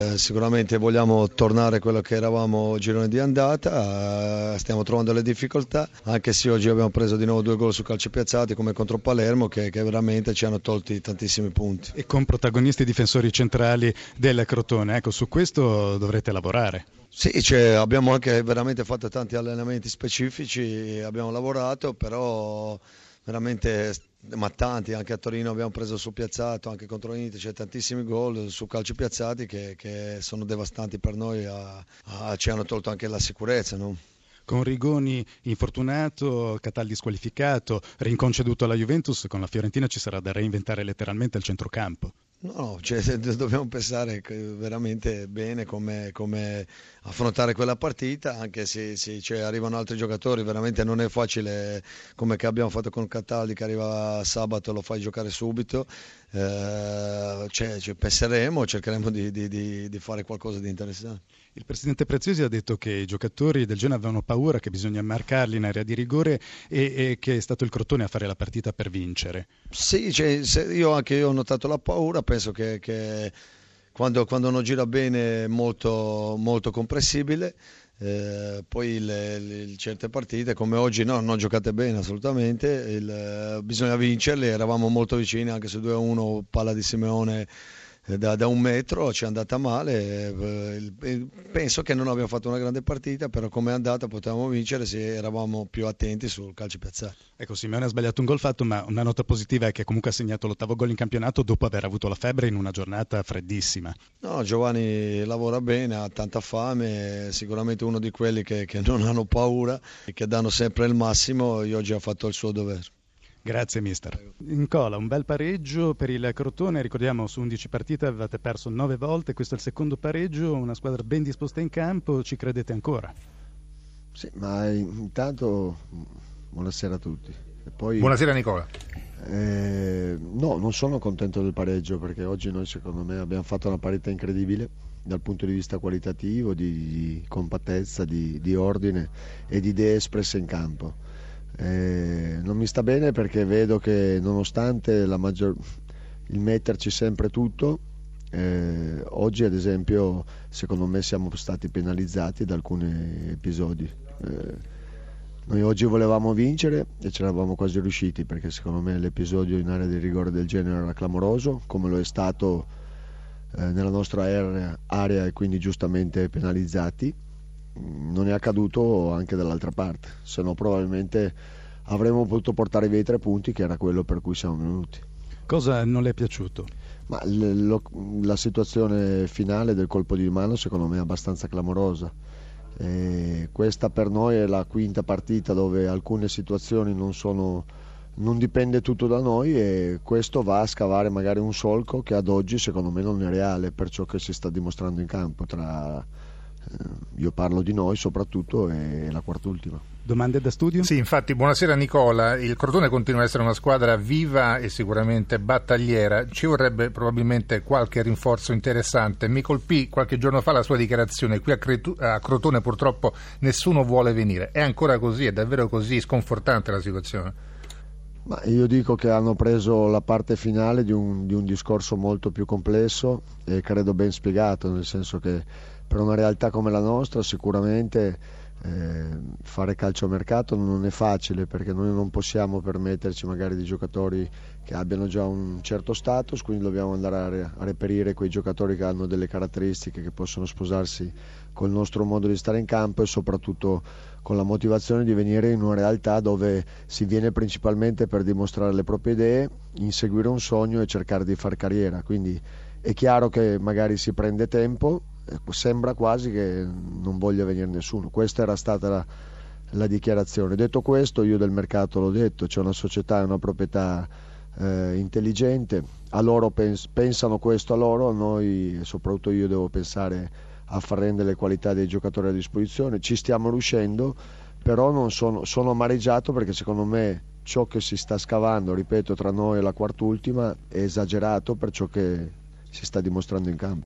Sicuramente vogliamo tornare a quello che eravamo girone di andata, stiamo trovando le difficoltà, anche se oggi abbiamo preso di nuovo 2 gol su calci piazzati come contro Palermo che veramente ci hanno tolti tantissimi punti. E con protagonisti difensori centrali del Crotone, ecco, su questo dovrete lavorare. Sì, abbiamo anche veramente fatto tanti allenamenti specifici, abbiamo lavorato, però veramente ma tanti, anche a Torino abbiamo preso su piazzato, anche contro l'Inter c'è tantissimi gol su calci piazzati che sono devastanti per noi, ci hanno tolto anche la sicurezza, no? Con Rigoni infortunato, Cataldi squalificato, rinconceduto alla Juventus, con la Fiorentina ci sarà da reinventare letteralmente il centrocampo. No, dobbiamo pensare veramente bene come affrontare quella partita, anche se arrivano altri giocatori, veramente non è facile come che abbiamo fatto con Cataldi che arriva sabato, lo fai giocare subito, penseremo, cercheremo di fare qualcosa di interessante. Il presidente Preziosi ha detto che i giocatori del Genoa avevano paura, che bisogna marcarli in area di rigore e che è stato il Crotone a fare la partita per vincere. Sì, io ho notato la paura, penso che quando non gira bene è molto, molto comprensibile, poi certe partite come oggi no, non giocate bene assolutamente, bisogna vincerle, eravamo molto vicini anche su 2-1, palla di Simeone da 1 metro, ci è andata male, penso che non abbiamo fatto una grande partita, però come è andata potevamo vincere se eravamo più attenti sul calcio piazzato. Ecco, Simeone ha sbagliato un gol fatto, ma una nota positiva è che comunque ha segnato l'8° gol in campionato dopo aver avuto la febbre in una giornata freddissima. No, Giovanni lavora bene, ha tanta fame, è sicuramente uno di quelli che non hanno paura e che danno sempre il massimo, e oggi ha fatto il suo dovere. Grazie mister. In cola un bel pareggio per il Crotone, ricordiamo su 11 partite avevate perso 9 volte, questo è il secondo pareggio, una squadra ben disposta in campo, ci credete ancora? Sì, ma intanto buonasera a tutti. E poi, buonasera Nicola. No, non sono contento del pareggio perché oggi noi secondo me abbiamo fatto una partita incredibile dal punto di vista qualitativo, di compattezza, di ordine e di idee espresse in campo. Non mi sta bene perché vedo che nonostante il metterci sempre tutto, oggi ad esempio secondo me siamo stati penalizzati da alcuni episodi. Noi oggi volevamo vincere e ci eravamo quasi riusciti perché secondo me l'episodio in area di rigore del genere era clamoroso, come lo è stato nella nostra area e quindi giustamente penalizzati. Non è accaduto anche dall'altra parte, se no probabilmente avremmo potuto portare via i 3 punti, che era quello per cui siamo venuti. Cosa non le è piaciuto? Ma la situazione finale del colpo di mano secondo me è abbastanza clamorosa. Questa per noi è la 5ª partita dove alcune situazioni non dipende tutto da noi e questo va a scavare magari un solco che ad oggi secondo me non è reale per ciò che si sta dimostrando in campo io parlo di noi soprattutto e la quart'ultima. Domande da studio? Sì, infatti, buonasera Nicola. Il Crotone continua a essere una squadra viva e sicuramente battagliera. Ci vorrebbe probabilmente qualche rinforzo interessante. Mi colpì qualche giorno fa la sua dichiarazione. Qui a Crotone purtroppo nessuno vuole venire. È ancora così? È davvero così sconfortante la situazione? Ma io dico che hanno preso la parte finale di un discorso molto più complesso e credo ben spiegato, nel senso che per una realtà come la nostra sicuramente fare calciomercato non è facile perché noi non possiamo permetterci magari di giocatori che abbiano già un certo status, quindi dobbiamo andare a reperire quei giocatori che hanno delle caratteristiche che possono sposarsi col nostro modo di stare in campo e soprattutto con la motivazione di venire in una realtà dove si viene principalmente per dimostrare le proprie idee, inseguire un sogno e cercare di far carriera, quindi è chiaro che magari si prende tempo, sembra quasi che non voglia venire nessuno. Questa era stata la dichiarazione. Detto questo, io del mercato l'ho detto, c'è una società e una proprietà intelligente, a loro pensano questo a loro, a noi soprattutto io devo pensare a far rendere le qualità dei giocatori a disposizione. Ci stiamo riuscendo, però non sono amareggiato perché secondo me ciò che si sta scavando, ripeto, tra noi e la quart'ultima è esagerato per ciò che si sta dimostrando in campo.